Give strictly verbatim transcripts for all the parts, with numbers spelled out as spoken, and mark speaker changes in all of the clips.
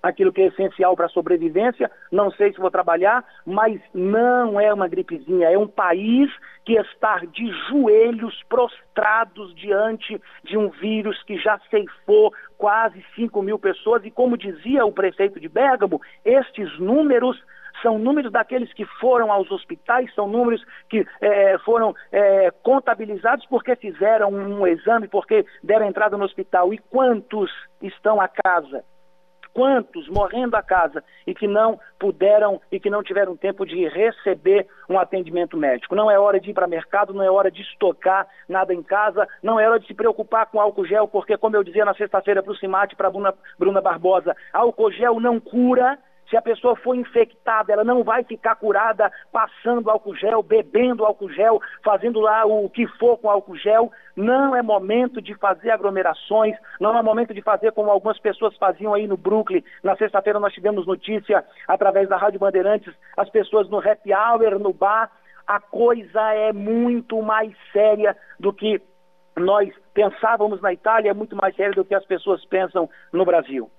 Speaker 1: aquilo que é essencial para a sobrevivência, não sei se vou trabalhar, mas não é uma gripezinha, é um país que está de joelhos prostrados diante de um vírus que já ceifou quase cinco mil pessoas, e como dizia o prefeito de Bérgamo, estes números são números daqueles que foram aos hospitais, são números que é, foram é, contabilizados porque fizeram um exame, porque deram entrada no hospital. E quantos estão a casa? Quantos morrendo a casa e que não puderam e que não tiveram tempo de receber um atendimento médico? Não é hora de ir para o mercado, não é hora de estocar nada em casa, não é hora de se preocupar com álcool gel, porque, como eu dizia na sexta-feira para o Cimate, para a Bruna, Bruna Barbosa, álcool gel não cura. Se a pessoa for infectada, ela não vai ficar curada passando álcool gel, bebendo álcool gel, fazendo lá o que for com álcool gel. Não é momento de fazer aglomerações, não é momento de fazer como algumas pessoas faziam aí no Brooklyn. Na sexta-feira nós tivemos notícia através da Rádio Bandeirantes, as pessoas no happy hour, no bar. A coisa é muito mais séria do que nós pensávamos na Itália, é muito mais séria do que as pessoas pensam no Brasil.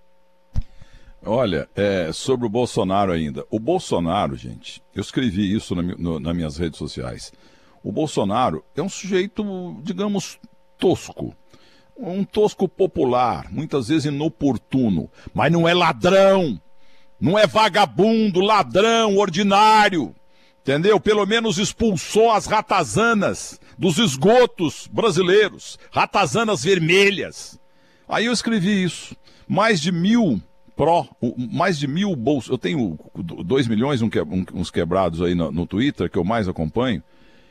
Speaker 2: Olha, é, sobre o Bolsonaro ainda. O Bolsonaro, gente, eu escrevi isso na, no, nas minhas redes sociais. O Bolsonaro é um sujeito, digamos, tosco. Um tosco popular, muitas vezes inoportuno. Mas não é ladrão, não é vagabundo, ladrão, ordinário. Entendeu? Pelo menos expulsou as ratazanas dos esgotos brasileiros. Ratazanas vermelhas. Aí eu escrevi isso. Mais de mil... Pró, mais de mil bolsos, eu tenho dois milhões um que, um, uns quebrados aí no, no Twitter, que eu mais acompanho.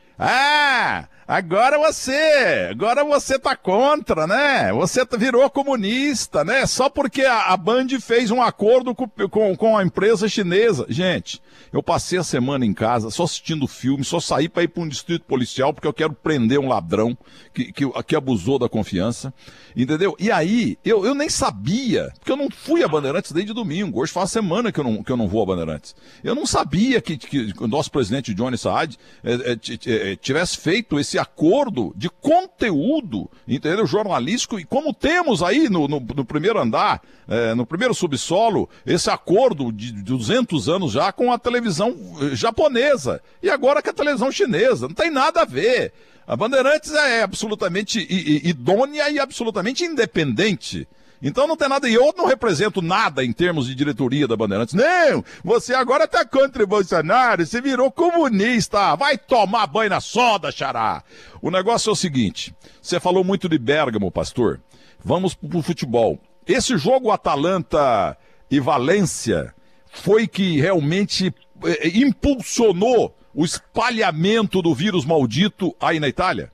Speaker 2: Ah, agora você, agora você tá contra, né? Você virou comunista, né? Só porque a, a Band fez um acordo com, com, com a empresa chinesa. Gente, eu passei a semana em casa só assistindo filme, só saí para ir para um distrito policial porque eu quero prender um ladrão que, que, que abusou da confiança, entendeu? E aí, eu, eu nem sabia, porque eu não fui a Bandeirantes desde domingo. Hoje faz semana que eu não, que eu não vou a Bandeirantes. Eu não sabia que, que o nosso presidente Johnny Saad é, é, é, tivesse feito esse acordo de conteúdo, entendeu? Jornalístico, e como temos aí no, no, no primeiro andar, é, no primeiro subsolo, esse acordo de duzentos anos já com a televisão japonesa, e agora com a televisão chinesa, não tem nada a ver. A Bandeirantes é absolutamente idônea e absolutamente independente. Então não tem nada, e eu não represento nada em termos de diretoria da Bandeirantes. Não, você agora tá contra o Bolsonaro, você virou comunista, vai tomar banho na soda, xará. O negócio é o seguinte, você falou muito de Bérgamo, pastor, vamos pro futebol. Esse jogo Atalanta e Valência foi que realmente eh, impulsionou o espalhamento do vírus maldito aí na Itália?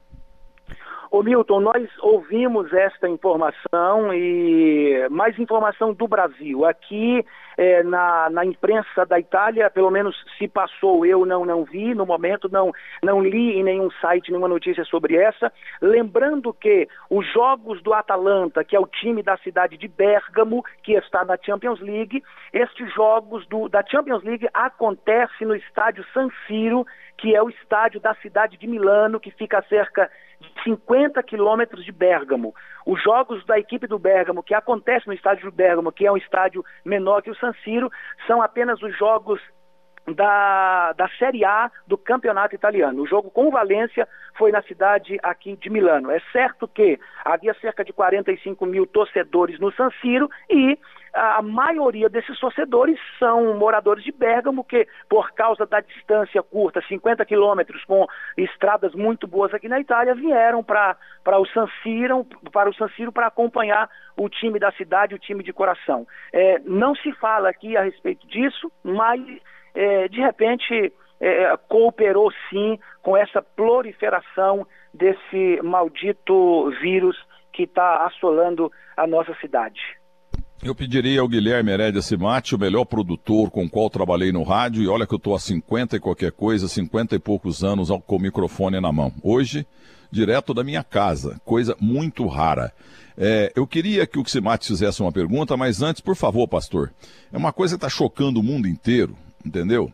Speaker 1: Ô Milton, nós ouvimos esta informação e mais informação do Brasil. Aqui é, na, na imprensa da Itália, pelo menos se passou, eu não, não vi no momento, não, não li em nenhum site nenhuma notícia sobre essa. Lembrando que os jogos do Atalanta, que é o time da cidade de Bérgamo, que está na Champions League, estes jogos do, da Champions League acontecem no estádio San Siro, que é o estádio da cidade de Milano, que fica a cerca de cinquenta quilômetros de Bérgamo. Os jogos da equipe do Bérgamo, que acontecem no estádio do Bérgamo, que é um estádio menor que o San Siro, são apenas os jogos da, da Série A do campeonato italiano. O jogo com o Valência foi na cidade aqui de Milano. É certo que havia cerca de quarenta e cinco mil torcedores no San Siro e a maioria desses torcedores são moradores de Bérgamo que, por causa da distância curta, cinquenta quilômetros, com estradas muito boas aqui na Itália, vieram para para o San Siro, para o San Siro para acompanhar o time da cidade, o time de coração. É, não se fala aqui a respeito disso, mas é, de repente é, cooperou sim com essa proliferação desse maldito vírus que está assolando a nossa cidade.
Speaker 2: Eu pediria ao Guilherme Herédia Cimate, o melhor produtor com o qual trabalhei no rádio, e olha que eu estou há cinquenta e qualquer coisa, cinquenta e poucos anos com o microfone na mão. Hoje, direto da minha casa, coisa muito rara. É, eu queria que o Cimate fizesse uma pergunta, mas antes, por favor, pastor, é uma coisa que está chocando o mundo inteiro, entendeu?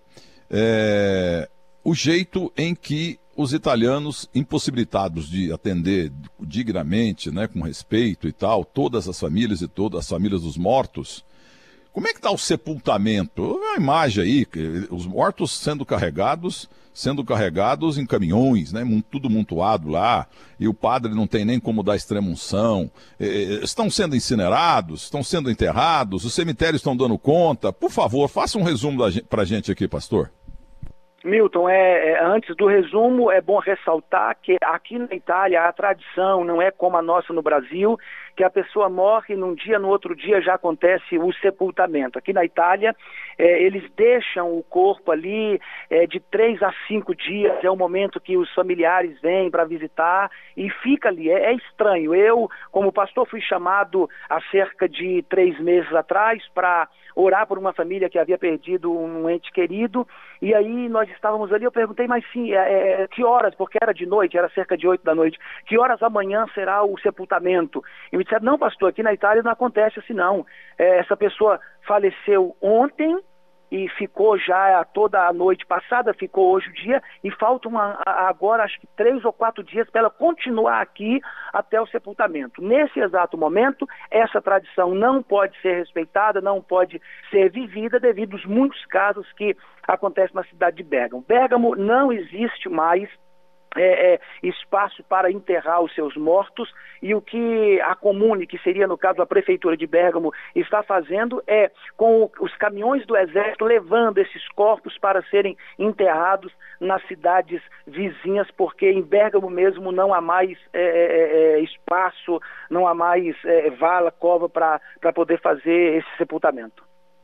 Speaker 2: É, o jeito em que os italianos, impossibilitados de atender dignamente, né, com respeito e tal, todas as famílias e todas as famílias dos mortos, Como é que está o sepultamento? Uma imagem aí, os mortos sendo carregados, sendo carregados em caminhões, né? Tudo montuado lá, e o padre não tem nem como dar extrema-unção. Estão sendo incinerados, estão sendo enterrados, os cemitérios estão dando conta. Por favor, faça um resumo para a gente aqui, pastor.
Speaker 1: Milton, é, é, antes do resumo, é bom ressaltar que aqui na Itália a tradição não é como a nossa no Brasil, que a pessoa morre num dia, no outro dia já acontece o sepultamento. Aqui na Itália, é, eles deixam o corpo ali é, de três a cinco dias, é o momento que os familiares vêm para visitar e fica ali. É, é estranho. Eu, como pastor, fui chamado há cerca de três meses atrás para orar por uma família que havia perdido um ente querido, e aí nós estávamos ali, eu perguntei, mas sim, é, é, que horas, porque era de noite, era cerca de oito da noite, que horas amanhã será o sepultamento? E me disseram, não pastor, aqui na Itália não acontece assim não, é, essa pessoa faleceu ontem, e ficou já toda a noite passada, ficou hoje o dia, e faltam agora acho que três ou quatro dias para ela continuar aqui até o sepultamento. Nesse exato momento, essa tradição não pode ser respeitada, não pode ser vivida devido aos muitos casos que acontecem na cidade de Bérgamo. Bérgamo não existe mais É, é, espaço para enterrar os seus mortos, e o que a Comune, que seria no caso a Prefeitura de Bérgamo, está fazendo é, com o, os caminhões do Exército, levando esses corpos para serem enterrados nas cidades vizinhas, porque em Bérgamo mesmo não há mais é, é, espaço, não há mais é, vala, cova para poder fazer esse sepultamento.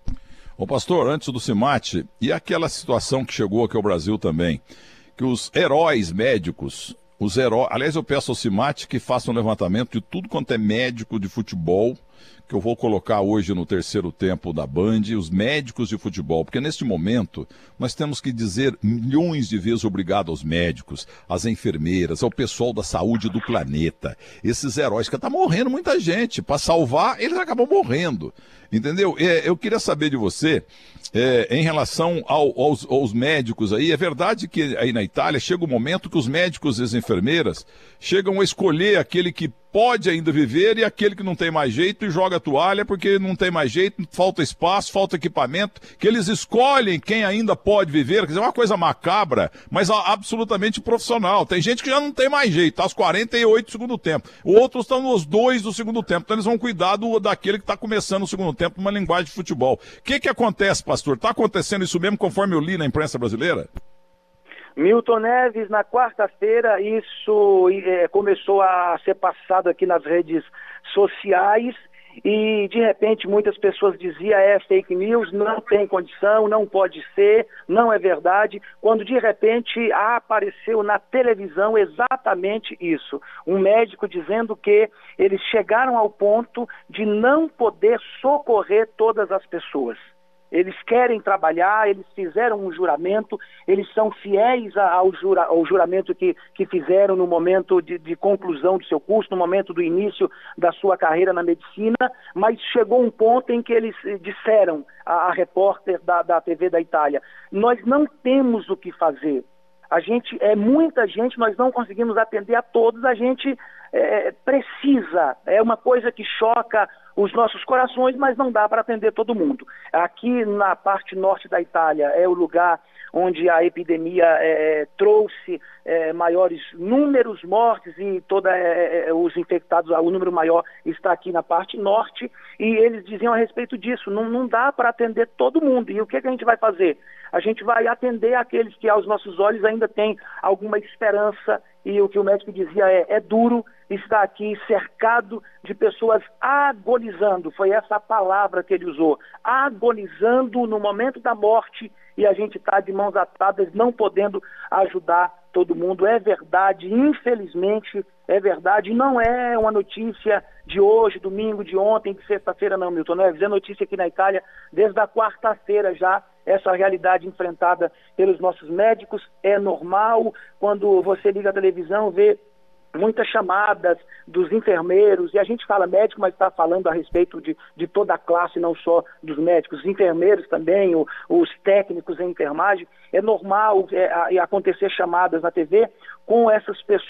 Speaker 2: Ô pastor, antes do Cimate, e aquela situação que chegou aqui ao Brasil também, que os heróis médicos, os heróis, aliás eu peço ao Cimate que faça um levantamento de tudo quanto é médico de futebol, que eu vou colocar hoje no terceiro tempo da Band, os médicos de futebol, porque neste momento nós temos que dizer milhões de vezes obrigado aos médicos, às enfermeiras, ao pessoal da saúde do planeta, esses heróis, que está morrendo muita gente, para salvar eles acabam morrendo, entendeu? É, eu queria saber de você, é, em relação ao, aos, aos médicos aí, é verdade que aí na Itália chega o um momento que os médicos e as enfermeiras chegam a escolher aquele que pode ainda viver e aquele que não tem mais jeito e joga a toalha porque não tem mais jeito, falta espaço, falta equipamento, que eles escolhem quem ainda pode viver, quer dizer, é uma coisa macabra, mas absolutamente profissional. Tem gente que já não tem mais jeito, tá aos quarenta e oito do segundo tempo, outros estão nos dois do segundo tempo, então eles vão cuidar do, daquele que está começando o segundo tempo numa linguagem de futebol. O que que acontece, pastor? Está acontecendo isso mesmo conforme eu li na imprensa brasileira?
Speaker 1: Milton Neves, na quarta-feira, isso é, começou a ser passado aqui nas redes sociais e, de repente, muitas pessoas diziam é fake news, não tem condição, não pode ser, não é verdade, quando, de repente, apareceu na televisão exatamente isso. Um médico dizendo que eles chegaram ao ponto de não poder socorrer todas as pessoas. Eles querem trabalhar, eles fizeram um juramento, eles são fiéis ao, jura, ao juramento que, que fizeram no momento de, de conclusão do seu curso, no momento do início da sua carreira na medicina, mas chegou um ponto em que eles disseram à, à repórter da, da T V da Itália, nós não temos o que fazer. A gente, é muita gente, nós não conseguimos atender a todos, a gente é, precisa, é uma coisa que choca os nossos corações, mas não dá para atender todo mundo. Aqui na parte norte da Itália é o lugar onde a epidemia é, trouxe é, maiores números mortes e todos é, os infectados, o número maior está aqui na parte norte, e eles diziam a respeito disso, não, não dá para atender todo mundo. E o que, que a gente vai fazer? A gente vai atender aqueles que aos nossos olhos ainda têm alguma esperança, e o que o médico dizia é, é duro estar aqui cercado de pessoas agonizando, foi essa a palavra que ele usou, agonizando no momento da morte, e a gente está de mãos atadas, não podendo ajudar todo mundo. É verdade, infelizmente, é verdade, não é uma notícia de hoje, domingo, de ontem, de sexta-feira não, Milton Neves, é notícia aqui na Itália desde a quarta-feira já, essa realidade enfrentada pelos nossos médicos. É normal, quando você liga a televisão, vê muitas chamadas dos enfermeiros, e a gente fala médico, mas está falando a respeito de, de toda a classe, não só dos médicos, os enfermeiros também, o, os técnicos em enfermagem. É normal é, a, acontecer chamadas na T V com essas pessoas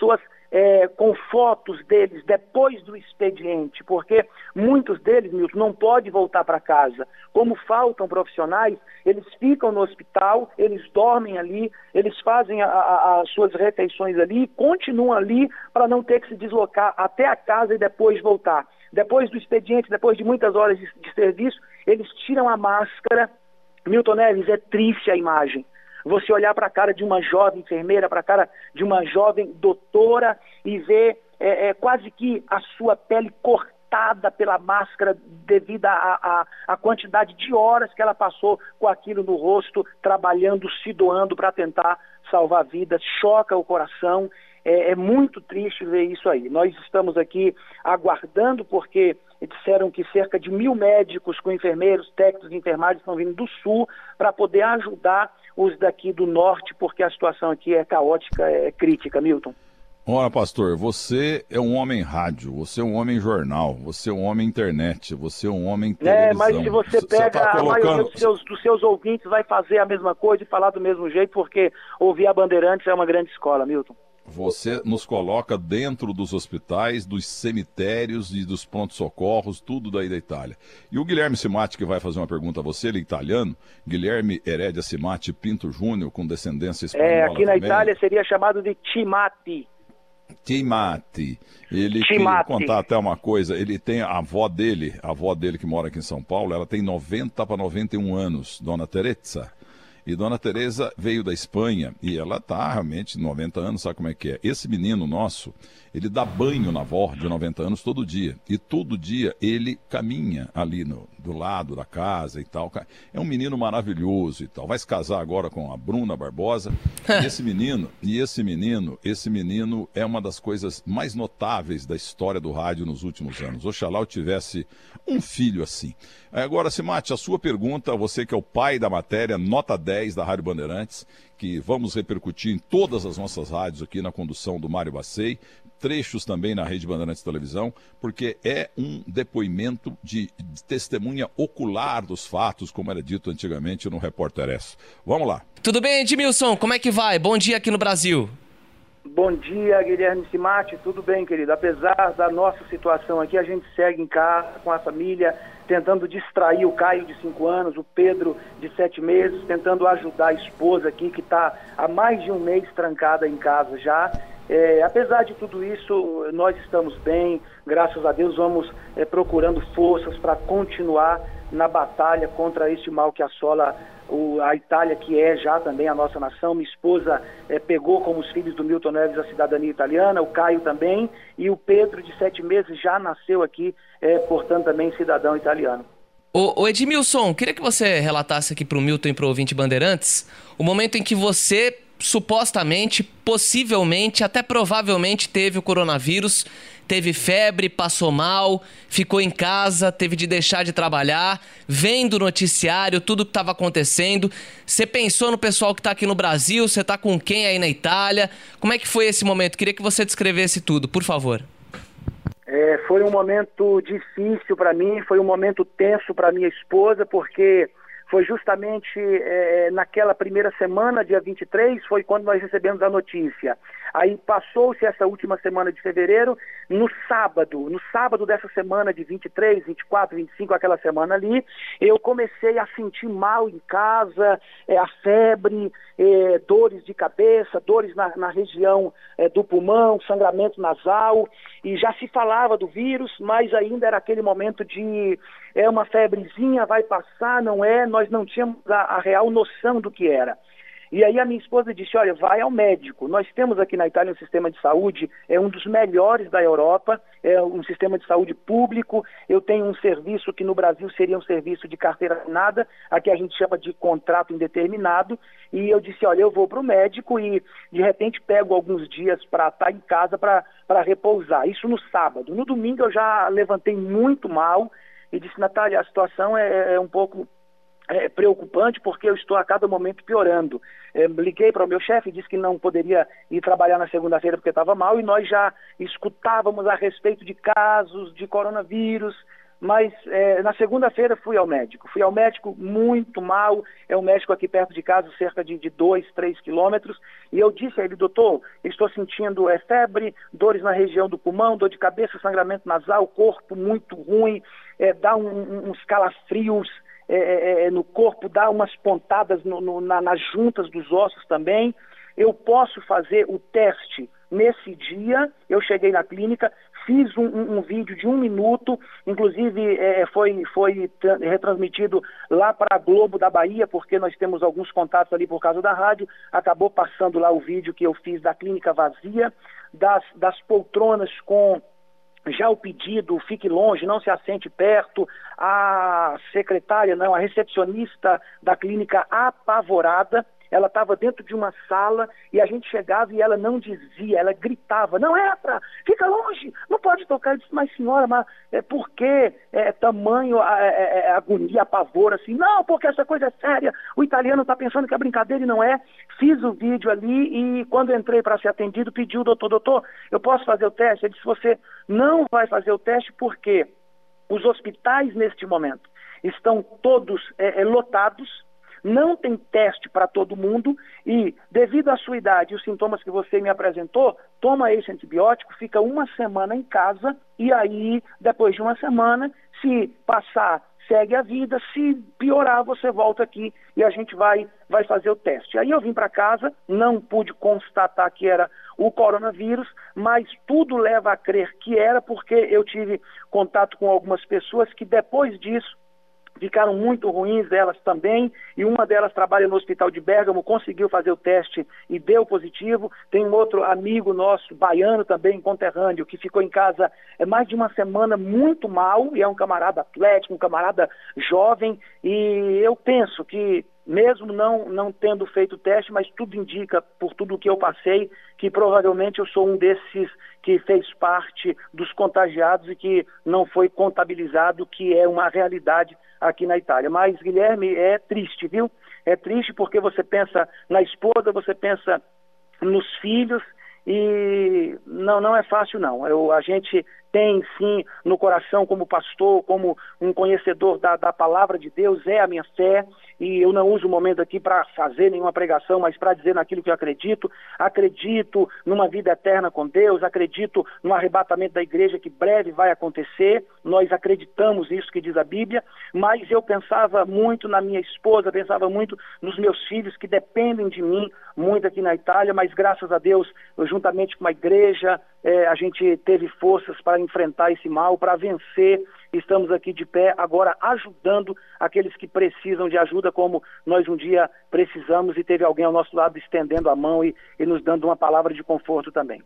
Speaker 1: é, com fotos deles depois do expediente, porque muitos deles, Milton, não podem voltar para casa. Como faltam profissionais, eles ficam no hospital, eles dormem ali, eles fazem a, a, as suas refeições ali e continuam ali para não ter que se deslocar até a casa e depois voltar. Depois do expediente, depois de muitas horas de, de serviço, eles tiram a máscara. Milton Neves, é triste a imagem. Você olhar para a cara de uma jovem enfermeira, para a cara de uma jovem doutora e ver é, é, quase que a sua pele cortada pela máscara devido à quantidade de horas que ela passou com aquilo no rosto, trabalhando, se doando para tentar salvar vidas. Choca o coração. É, é muito triste ver isso aí. Nós estamos aqui aguardando porque disseram que cerca de mil médicos com enfermeiros, técnicos e enfermagem estão vindo do sul para poder ajudar os daqui do norte, porque a situação aqui é caótica, é crítica, Milton.
Speaker 2: Ora, pastor, você é um homem rádio, você é um homem jornal, você é um homem internet, você é um homem televisão.
Speaker 1: É, mas se você pega,
Speaker 2: tá colocando...
Speaker 1: a maioria dos seus, dos seus ouvintes vai fazer a mesma coisa e falar do mesmo jeito, porque ouvir a Bandeirantes é uma grande escola, Milton.
Speaker 2: Você nos coloca dentro dos hospitais, dos cemitérios e dos prontos-socorros, tudo daí da Itália. E o Guilherme Simati, que vai fazer uma pergunta a você, ele é italiano, Guilherme Heredia Simati Pinto Júnior, com descendência espanhola.
Speaker 1: É, aqui na
Speaker 2: também.
Speaker 1: Itália seria chamado de Cimati.
Speaker 2: Timati. Ele queria contar até uma coisa, ele tem a avó dele, a avó dele que mora aqui em São Paulo, ela tem noventa para noventa e um anos, Dona Teresa. E Dona Teresa veio da Espanha e ela tá realmente noventa anos, sabe como é que é? Esse menino nosso, ele dá banho na avó de noventa anos todo dia. E todo dia ele caminha ali no, do lado da casa e tal. É um menino maravilhoso e tal. Vai se casar agora com a Bruna Barbosa. E esse menino, e esse menino, esse menino é uma das coisas mais notáveis da história do rádio nos últimos anos. Oxalá eu tivesse um filho assim. Agora, Simati, a sua pergunta, você que é o pai da matéria, nota dez da Rádio Bandeirantes, que vamos repercutir em todas as nossas rádios aqui na condução do Mário Bacei, trechos também na Rede Bandeirantes Televisão, porque é um depoimento de, de testemunha ocular dos fatos, como era dito antigamente no Repórter S. Vamos lá.
Speaker 3: Tudo bem, Edmilson? Como é que vai? Bom dia aqui no Brasil.
Speaker 1: Bom dia, Guilherme Simati. Tudo bem, querido? Apesar da nossa situação aqui, a gente segue em casa com a família, tentando distrair o Caio de cinco anos, o Pedro de sete meses, tentando ajudar a esposa aqui, que está há mais de um mês trancada em casa já. É, apesar de tudo isso, nós estamos bem, graças a Deus, vamos é, procurando forças para continuar na batalha contra este mal que assola o, a Itália, que é já também a nossa nação. Minha esposa é, pegou como os filhos do Milton Neves a cidadania italiana, o Caio também, e o Pedro, de sete meses, já nasceu aqui, é, portanto também cidadão italiano.
Speaker 3: Ô, ô Edmilson, queria que você relatasse aqui para o Milton e para o ouvinte Bandeirantes o momento em que você supostamente, possivelmente, até provavelmente teve o coronavírus, teve febre, passou mal, ficou em casa, teve de deixar de trabalhar, vendo o noticiário, tudo que estava acontecendo. Você pensou no pessoal que está aqui no Brasil? Você está com quem aí na Itália? Como é que foi esse momento? Queria que você descrevesse tudo, por favor.
Speaker 1: É, foi um momento difícil para mim, foi um momento tenso para minha esposa, porque foi justamente é, naquela primeira semana, dia vinte e três, foi quando nós recebemos a notícia. Aí passou-se essa última semana de fevereiro, no sábado, no sábado dessa semana de vinte e três, vinte e quatro, vinte e cinco, aquela semana ali, eu comecei a sentir mal em casa, é, a febre, é, dores de cabeça, dores na, na região é, do pulmão, sangramento nasal, e já se falava do vírus, mas ainda era aquele momento de é uma febrezinha, vai passar, não é? Nós não tínhamos a, a real noção do que era. E aí a minha esposa disse, olha, vai ao médico. Nós temos aqui na Itália um sistema de saúde, é um dos melhores da Europa, é um sistema de saúde público. Eu tenho um serviço que no Brasil seria um serviço de carteira assinada, aqui a gente chama de contrato indeterminado. E eu disse, olha, eu vou para o médico e de repente pego alguns dias para estar em casa para repousar. Isso no sábado. No domingo eu já levantei muito mal e disse, Natália, a situação é, é um pouco... É preocupante porque eu estou a cada momento piorando. É, liguei para o meu chefe, disse que não poderia ir trabalhar na segunda-feira porque estava mal, e nós já escutávamos a respeito de casos de coronavírus, mas é, na segunda-feira fui ao médico. Fui ao médico muito mal, é um médico aqui perto de casa, cerca de, de dois, três quilômetros, e eu disse a ele, doutor, estou sentindo é, febre, dores na região do pulmão, dor de cabeça, sangramento nasal, corpo muito ruim, é, dá um, um, uns calafrios é, é, no corpo, dá umas pontadas no, no, na, nas juntas dos ossos também. Eu posso fazer o teste nesse dia. Eu cheguei na clínica, fiz um, um, um vídeo de um minuto, inclusive é, foi, foi retransmitido lá para a Globo da Bahia, porque nós temos alguns contatos ali por causa da rádio, acabou passando lá o vídeo que eu fiz da clínica vazia, das, das poltronas com já o pedido, fique longe, não se assente perto, a secretária, não, a recepcionista da clínica apavorada. Ela estava dentro de uma sala e a gente chegava e ela não dizia, ela gritava, não entra, fica longe, não pode tocar. Eu disse, mas senhora, mas é, por que é, tamanho é, é, agonia, pavor assim? Não, porque essa coisa é séria, o italiano está pensando que é brincadeira e não é. Fiz o vídeo ali e quando entrei para ser atendido, pediu, doutor, doutor, eu posso fazer o teste? Ele disse, você não vai fazer o teste porque os hospitais neste momento estão todos é, é, lotados, não tem teste para todo mundo e, devido à sua idade e os sintomas que você me apresentou, toma esse antibiótico, fica uma semana em casa e aí, depois de uma semana, se passar, segue a vida, se piorar, você volta aqui e a gente vai, vai fazer o teste. Aí eu vim para casa, não pude constatar que era o coronavírus, mas tudo leva a crer que era, porque eu tive contato com algumas pessoas que, depois disso, ficaram muito ruins, elas também, e uma delas trabalha no hospital de Bérgamo, conseguiu fazer o teste e deu positivo. Tem um outro amigo nosso, baiano também, conterrâneo, que ficou em casa é, mais de uma semana muito mal, e é um camarada atlético, um camarada jovem, e eu penso que, mesmo não, não tendo feito o teste, mas tudo indica, por tudo que eu passei, que provavelmente eu sou um desses que fez parte dos contagiados e que não foi contabilizado, que é uma realidade aqui na Itália. Mas, Guilherme, é triste, viu? É triste porque você pensa na esposa, você pensa nos filhos e não, não é fácil, não. Eu, a gente tem, sim, no coração, como pastor, como um conhecedor da, da palavra de Deus, é a minha fé, e eu não uso o momento aqui para fazer nenhuma pregação, mas para dizer naquilo que eu acredito. Acredito numa vida eterna com Deus, acredito no arrebatamento da igreja que breve vai acontecer, nós acreditamos nisso que diz a Bíblia, mas eu pensava muito na minha esposa, pensava muito nos meus filhos que dependem de mim muito aqui na Itália, mas graças a Deus, eu, juntamente com a igreja, é, a gente teve forças para enfrentar esse mal, para vencer. Estamos aqui de pé, agora ajudando aqueles que precisam de ajuda, como nós um dia precisamos, e teve alguém ao nosso lado estendendo a mão e, e nos dando uma palavra de conforto também.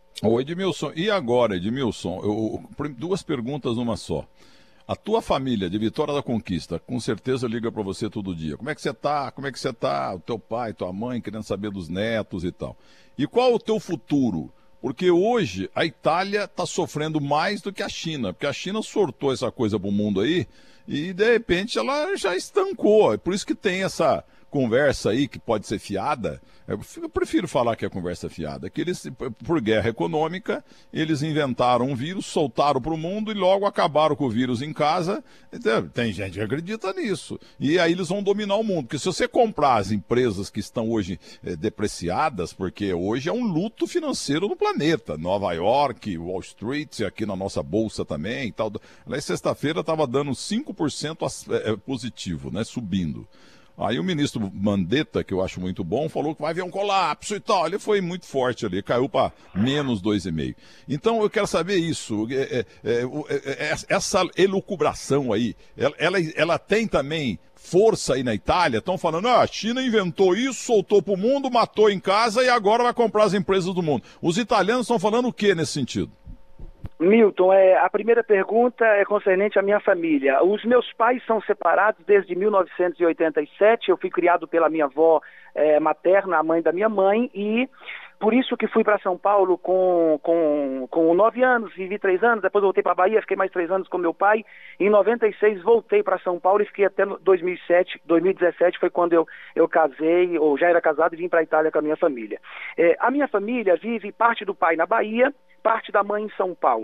Speaker 2: Ô Edmilson, e agora, Edmilson, eu, duas perguntas numa só. A tua família de Vitória da Conquista, com certeza liga para você todo dia. Como é que você tá? Como é que você tá? O teu pai, tua mãe, querendo saber dos netos e tal. E qual é o teu futuro? Porque hoje a Itália está sofrendo mais do que a China, porque a China sortou essa coisa para o mundo aí e de repente ela já estancou. É por isso que tem essa conversa aí que pode ser fiada. Eu prefiro falar que é conversa fiada, que eles, por guerra econômica, eles inventaram um vírus, soltaram para o mundo e logo acabaram com o vírus em casa. Tem gente que acredita nisso. E aí eles vão dominar o mundo. Porque se você comprar as empresas que estão hoje é, depreciadas, porque hoje é um luto financeiro no planeta. Nova York, Wall Street, aqui na nossa bolsa também e tal. Aliás, sexta-feira estava dando cinco por cento positivo, né, subindo. Aí o ministro Mandetta, que eu acho muito bom, falou que vai haver um colapso e tal. Ele foi muito forte ali, caiu para menos dois vírgula cinco. Então eu quero saber isso, é, é, é, essa elucubração aí, ela, ela, ela tem também força aí na Itália? Estão falando, ah, a China inventou isso, soltou para o mundo, matou em casa e agora vai comprar as empresas do mundo. Os italianos estão falando o que nesse sentido?
Speaker 1: Milton, é, a primeira pergunta é concernente à minha família. Os meus pais são separados desde mil novecentos e oitenta e sete, eu fui criado pela minha avó é, materna, a mãe da minha mãe, e por isso que fui para São Paulo com, com, com nove anos, vivi três anos, depois voltei para a Bahia, fiquei mais três anos com meu pai. Em noventa e seis voltei para São Paulo e fiquei até dois mil e sete, dois mil e dezessete foi quando eu, eu casei, ou já era casado e vim para a Itália com a minha família. É, a minha família vive parte do pai na Bahia, parte da mãe em São Paulo.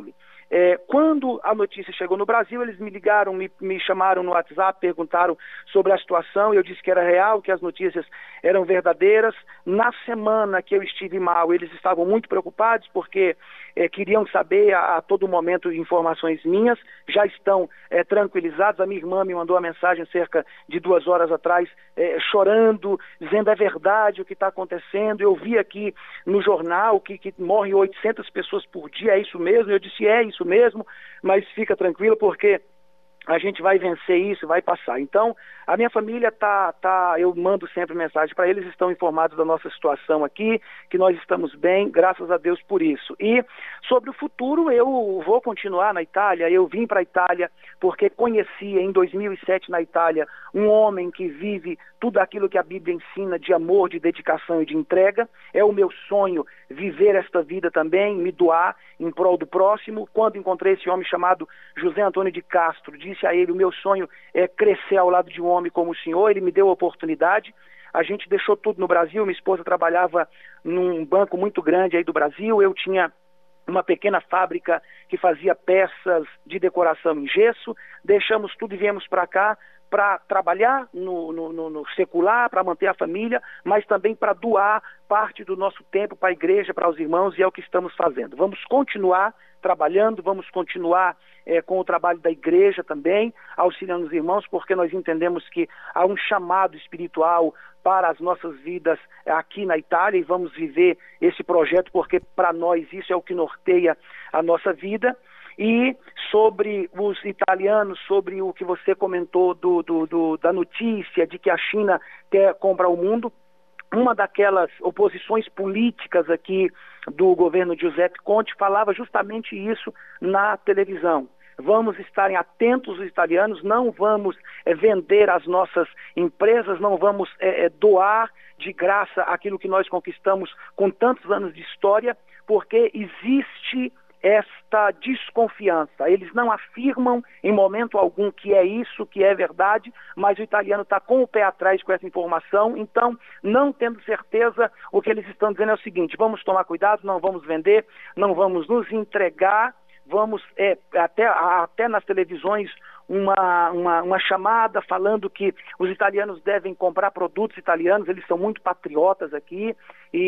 Speaker 1: É, quando a notícia chegou no Brasil, eles me ligaram, me, me chamaram no WhatsApp, perguntaram sobre a situação, eu disse que era real, que as notícias eram verdadeiras. Na semana que eu estive mal, eles estavam muito preocupados, porque é, queriam saber a, a todo momento informações minhas, já estão é, tranquilizados. A minha irmã me mandou uma mensagem cerca de duas horas atrás, é, chorando, dizendo: é verdade o que está acontecendo, eu vi aqui no jornal que, que morrem oitocentas pessoas por dia, é isso mesmo? Eu disse: é isso mesmo, mas fica tranquilo, porque a gente vai vencer isso, vai passar. Então, a minha família tá, tá, eu mando sempre mensagem para eles, estão informados da nossa situação aqui, que nós estamos bem, graças a Deus por isso. E sobre o futuro, eu vou continuar na Itália. Eu vim para a Itália porque conheci em dois mil e sete na Itália um homem que vive tudo aquilo que a Bíblia ensina de amor, de dedicação e de entrega. É o meu sonho viver esta vida também, me doar em prol do próximo. Quando encontrei esse homem chamado José Antônio de Castro, disse a ele: o meu sonho é crescer ao lado de um homem como o senhor. Ele me deu a oportunidade. A gente deixou tudo no Brasil. Minha esposa trabalhava num banco muito grande aí do Brasil. Eu tinha uma pequena fábrica que fazia peças de decoração em gesso. Deixamos tudo e viemos para cá para trabalhar no, no, no, no secular, para manter a família, mas também para doar parte do nosso tempo para a igreja, para os irmãos, e é o que estamos fazendo. Vamos continuar trabalhando, vamos continuar é, com o trabalho da igreja também, auxiliando os irmãos, porque nós entendemos que há um chamado espiritual para as nossas vidas aqui na Itália, e vamos viver esse projeto, porque para nós isso é o que norteia a nossa vida. E sobre os italianos, sobre o que você comentou do, do, do, da notícia de que a China quer comprar o mundo, uma daquelas oposições políticas aqui do governo de Giuseppe Conte falava justamente isso na televisão. Vamos estar atentos os italianos, não vamos é, vender as nossas empresas, não vamos é, é, doar de graça aquilo que nós conquistamos com tantos anos de história, porque existe esta desconfiança. Eles não afirmam em momento algum que é isso, que é verdade, mas o italiano está com o pé atrás com essa informação. Então, não tendo certeza, o que eles estão dizendo é o seguinte: vamos tomar cuidado, não vamos vender, não vamos nos entregar, vamos é, até, até nas televisões Uma, uma, uma chamada falando que os italianos devem comprar produtos italianos. Eles são muito patriotas aqui,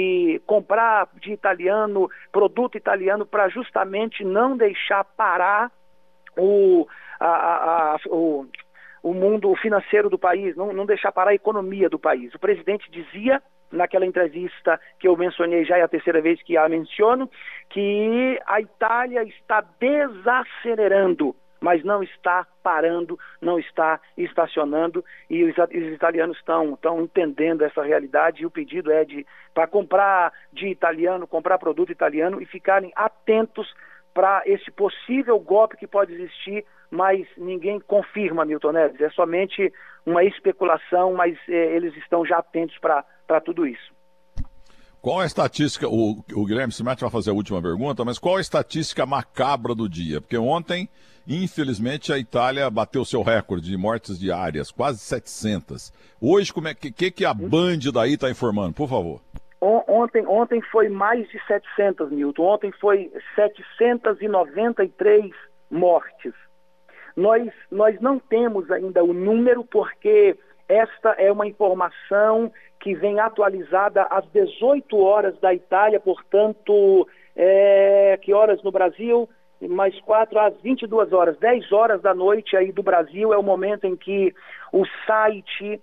Speaker 1: e comprar de italiano, produto italiano, para justamente não deixar parar o, a, a, a, o, o mundo financeiro do país, não, não deixar parar a economia do país. O presidente dizia naquela entrevista que eu mencionei, já é a terceira vez que a menciono, que a Itália está desacelerando, mas não está parando, não está estacionando, e os, os italianos estão, estão entendendo essa realidade, e o pedido é de para comprar de italiano, comprar produto italiano, e ficarem atentos para esse possível golpe que pode existir, mas ninguém confirma, Milton Neves, é somente uma especulação, mas é, eles estão já atentos para tudo isso.
Speaker 2: Qual a estatística, o, o Guilherme Simati vai fazer a última pergunta, mas qual a estatística macabra do dia? Porque ontem, infelizmente, a Itália bateu seu recorde de mortes diárias, quase setecentas. Hoje, como é que, que, que a Band daí está informando? Por favor.
Speaker 1: Ontem, ontem foi mais de setecentas, Milton. Ontem foi setecentas e noventa e três mortes. Nós, nós não temos ainda o número, porque esta é uma informação que vem atualizada às dezoito horas da Itália, portanto, é, que horas no Brasil? Mais quatro, às vinte e duas horas, dez horas da noite aí do Brasil, é o momento em que o site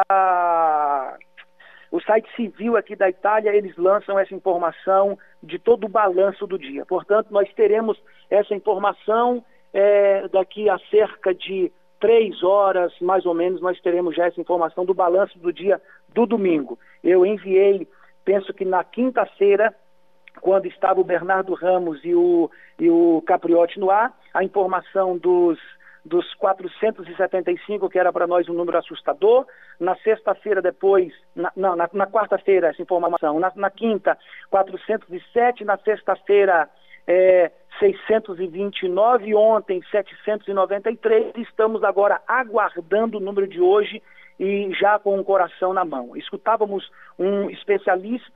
Speaker 1: da... O site civil aqui da Itália, eles lançam essa informação de todo o balanço do dia. Portanto, nós teremos essa informação é, daqui a cerca de três horas, mais ou menos, nós teremos já essa informação do balanço do dia do domingo. Eu enviei, penso que na quinta-feira, quando estava o Bernardo Ramos e o, e o Capriotti no ar, a informação dos, dos quatrocentos e setenta e cinco, que era para nós um número assustador. Na sexta-feira depois, na, não, na, na quarta-feira essa informação, na, na quinta, quatrocentos e sete, na sexta-feira, é, seiscentos e vinte e nove, ontem setecentos e noventa e três, estamos agora aguardando o número de hoje e já com o coração na mão. Escutávamos um especialista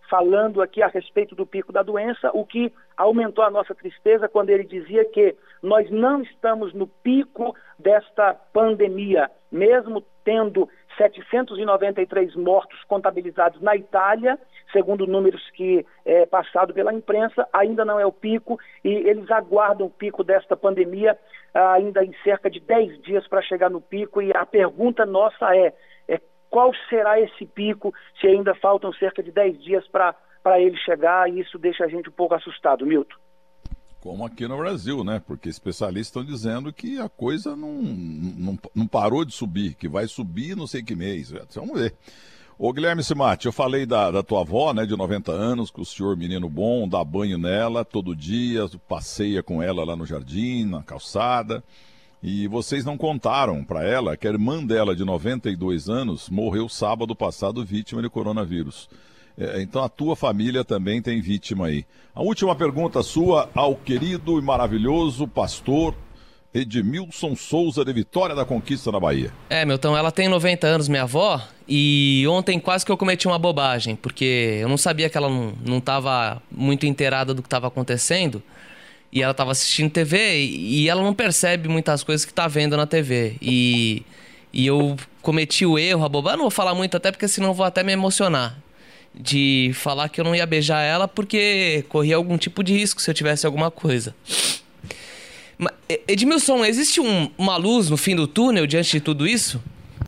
Speaker 1: falando aqui a respeito do pico da doença, o que aumentou a nossa tristeza quando ele dizia que nós não estamos no pico desta pandemia, mesmo tendo setecentos e noventa e três mortos contabilizados na Itália, segundo números que é passado pela imprensa, ainda não é o pico, e eles aguardam o pico desta pandemia ah, ainda em cerca de dez dias para chegar no pico, e a pergunta nossa é, é qual será esse pico, se ainda faltam cerca de dez dias para para ele chegar, e isso deixa a gente um pouco assustado, Milton.
Speaker 2: Como aqui no Brasil, né? Porque especialistas estão dizendo que a coisa não, não, não parou de subir, que vai subir não sei que mês. Vamos ver. Ô Guilherme Cimatti, eu falei da, da tua avó, né, de noventa anos, que o senhor, menino bom, dá banho nela todo dia, passeia com ela lá no jardim, na calçada. E vocês não contaram para ela que a irmã dela, de noventa e dois anos, morreu sábado passado vítima de coronavírus. É, então a tua família também tem vítima aí. A última pergunta sua ao querido e maravilhoso pastor Edmilson Souza, de Vitória da Conquista, na Bahia.
Speaker 3: É, Milton, ela tem noventa anos, minha avó, e ontem quase que eu cometi uma bobagem, porque eu não sabia que ela não estava muito inteirada do que estava acontecendo, e ela estava assistindo T V, e, e ela não percebe muitas coisas que está vendo na T V. E, e eu cometi o erro, a bobagem, não vou falar muito até, porque senão eu vou até me emocionar, de falar que eu não ia beijar ela porque corria algum tipo de risco se eu tivesse alguma coisa. Mas, Edmilson, existe um, uma luz no fim do túnel diante de tudo isso?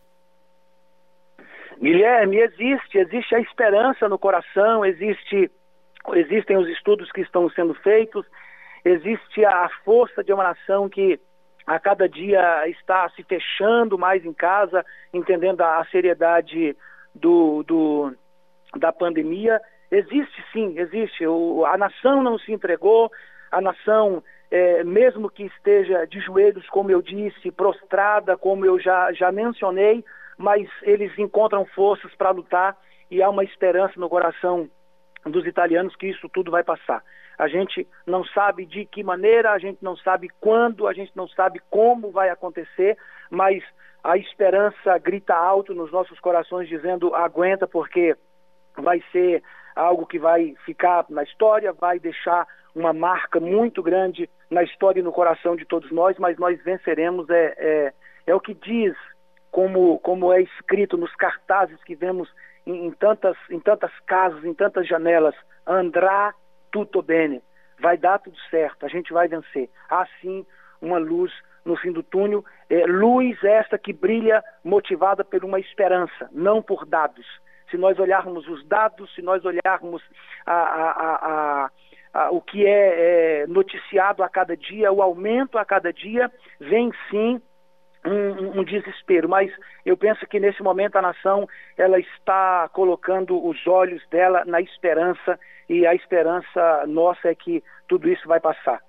Speaker 1: Guilherme, existe, existe a esperança no coração, existe, existem os estudos que estão sendo feitos, existe a força de uma nação que a cada dia está se fechando mais em casa, entendendo a, a seriedade do... do da pandemia. Existe sim, existe. O, a nação não se entregou, a nação, é, mesmo que esteja de joelhos, como eu disse, prostrada, como eu já, já mencionei, mas eles encontram forças para lutar, e há uma esperança no coração dos italianos que isso tudo vai passar. A gente não sabe de que maneira, a gente não sabe quando, a gente não sabe como vai acontecer, mas a esperança grita alto nos nossos corações, dizendo: aguenta, porque vai ser algo que vai ficar na história, vai deixar uma marca muito grande na história e no coração de todos nós, mas nós venceremos, é, é, é o que diz, como, como é escrito nos cartazes que vemos em, em, tantas, em tantas casas, em tantas janelas: andrà tutto bene, vai dar tudo certo, a gente vai vencer. Há sim uma luz no fim do túnel, é, luz esta que brilha motivada por uma esperança, não por dados. Se nós olharmos os dados, se nós olharmos a, a, a, a, a, o que é, é noticiado a cada dia, o aumento a cada dia, vem sim um, um desespero. Mas eu penso que nesse momento a nação, ela está colocando os olhos dela na esperança, e a esperança nossa é que tudo isso vai passar.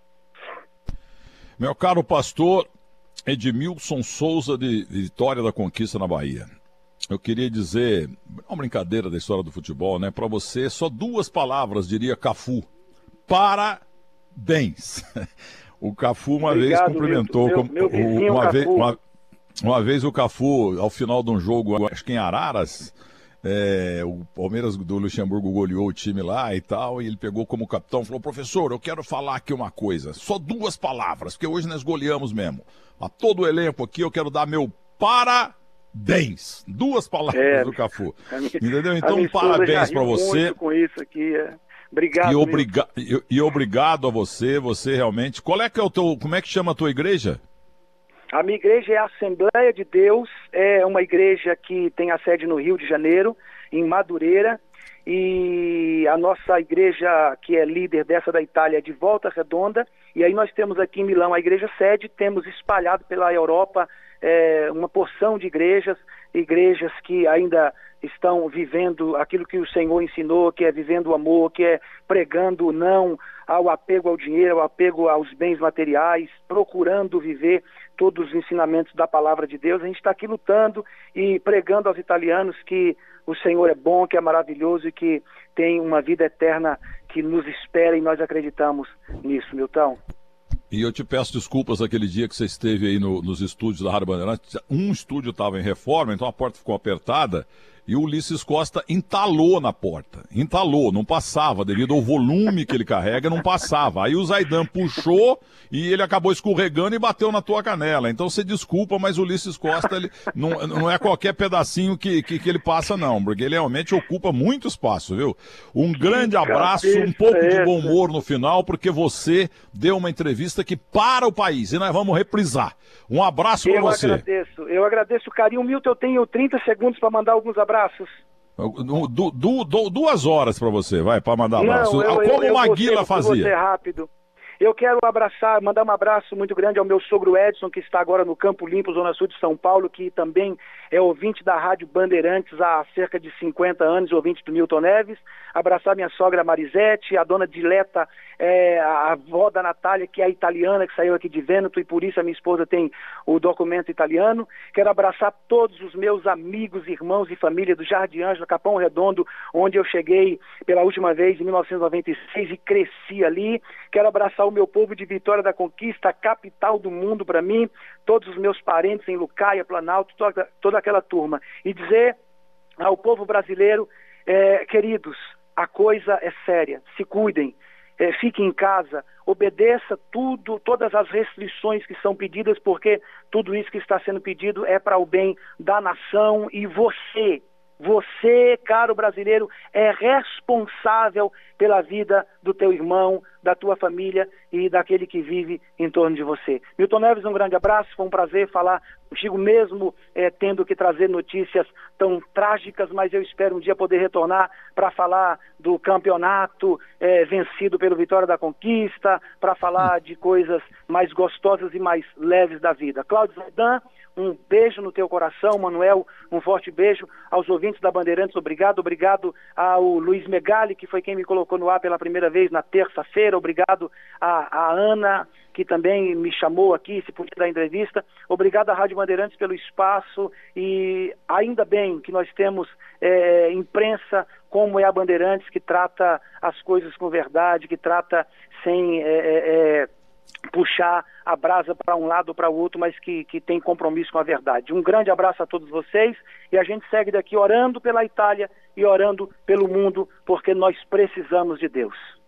Speaker 2: Meu caro pastor Edmilson Souza, de Vitória da Conquista, na Bahia. Eu queria dizer, uma brincadeira da história do futebol, né? Para você, só duas palavras, diria Cafu: parabéns. O Cafu uma Obrigado, vez cumprimentou, meu, meu, meu uma, vez, uma, uma vez o Cafu, ao final de um jogo, acho que em Araras, é, o Palmeiras do Luxemburgo goleou o time lá e tal, e ele pegou como capitão e falou: professor, eu quero falar aqui uma coisa, só duas palavras, porque hoje nós goleamos mesmo. A todo o elenco aqui eu quero dar meu parabéns. Dens, duas palavras é, do Cafu, minha, entendeu? Então parabéns para você.
Speaker 1: Com isso aqui, é. Obrigado.
Speaker 2: E, obriga e, e obrigado a você, você realmente. Qual é que é o teu, como é que chama a tua igreja?
Speaker 1: A minha igreja é a Assembleia de Deus, é uma igreja que tem a sede no Rio de Janeiro, em Madureira, e a nossa igreja, que é líder dessa da Itália, é de Volta Redonda, e aí nós temos aqui em Milão a igreja sede, temos espalhado pela Europa É, uma porção de igrejas, igrejas que ainda estão vivendo aquilo que o Senhor ensinou, que é vivendo o amor, que é pregando o não ao apego ao dinheiro, ao apego aos bens materiais, procurando viver todos os ensinamentos da palavra de Deus. A gente está aqui lutando e pregando aos italianos que o Senhor é bom, que é maravilhoso e que tem uma vida eterna que nos espera, e nós acreditamos nisso, Milton.
Speaker 2: E eu te peço desculpas aquele dia que você esteve aí no, nos estúdios da Rádio Bandeirantes. Um estúdio estava em reforma, então a porta ficou apertada e o Ulisses Costa entalou na porta. Entalou, não passava, devido ao volume que ele carrega, não passava. Aí o Zaidan puxou e ele acabou escorregando e bateu na tua canela. Então você desculpa, mas o Ulisses Costa ele, não, não é qualquer pedacinho que, que, que ele passa, não, porque ele realmente ocupa muito espaço, viu? Um grande abraço, um pouco de bom humor no final, porque você deu uma entrevista que para o país e nós vamos reprisar. Um abraço para você.
Speaker 1: Eu agradeço, eu agradeço o carinho. Milton, eu tenho trinta segundos para mandar alguns abraços.
Speaker 2: Du, du, du, duas horas para você, vai, para mandar abraço.
Speaker 1: Não, eu,
Speaker 2: Como
Speaker 1: eu, eu
Speaker 2: o Maguila
Speaker 1: ser,
Speaker 2: fazia.
Speaker 1: Eu vou ser rápido. Eu quero abraçar, mandar um abraço muito grande ao meu sogro Edson, que está agora no Campo Limpo, Zona Sul de São Paulo, que também é ouvinte da Rádio Bandeirantes há cerca de cinquenta anos, ouvinte do Milton Neves. Abraçar minha sogra Marisete, a dona Dileta, é, a avó da Natália, que é italiana, que saiu aqui de Vêneto, e por isso a minha esposa tem o documento italiano. Quero abraçar todos os meus amigos, irmãos e família do Jardim Ângela, Capão Redondo, onde eu cheguei pela última vez em mil novecentos e noventa e seis e cresci ali. Quero abraçar o meu povo de Vitória da Conquista, a capital do mundo para mim, todos os meus parentes em Lucaia, Planalto, toda, toda aquela turma. E dizer ao povo brasileiro, é, queridos, a coisa é séria, se cuidem, é, fiquem em casa, obedeça tudo, todas as restrições que são pedidas, porque tudo isso que está sendo pedido é para o bem da nação e você, Você, caro brasileiro, é responsável pela vida do teu irmão, da tua família e daquele que vive em torno de você. Milton Neves, um grande abraço, foi um prazer falar contigo mesmo, é, tendo que trazer notícias tão trágicas, mas eu espero um dia poder retornar para falar do campeonato é, vencido pelo Vitória da Conquista, para falar de coisas mais gostosas e mais leves da vida. Cláudio Zaidan, um beijo no teu coração. Manuel, um forte beijo. Aos ouvintes da Bandeirantes, obrigado. Obrigado ao Luiz Megali, que foi quem me colocou no ar pela primeira vez na terça-feira. Obrigado à, à Ana, que também me chamou aqui, se podia dar entrevista. Obrigado à Rádio Bandeirantes pelo espaço e ainda bem que nós temos é, imprensa como é a Bandeirantes, que trata as coisas com verdade, que trata sem... É, é, puxar a brasa para um lado ou para o outro, mas que, que tem compromisso com a verdade. Um grande abraço a todos vocês e a gente segue daqui orando pela Itália e orando pelo mundo, porque nós precisamos de Deus.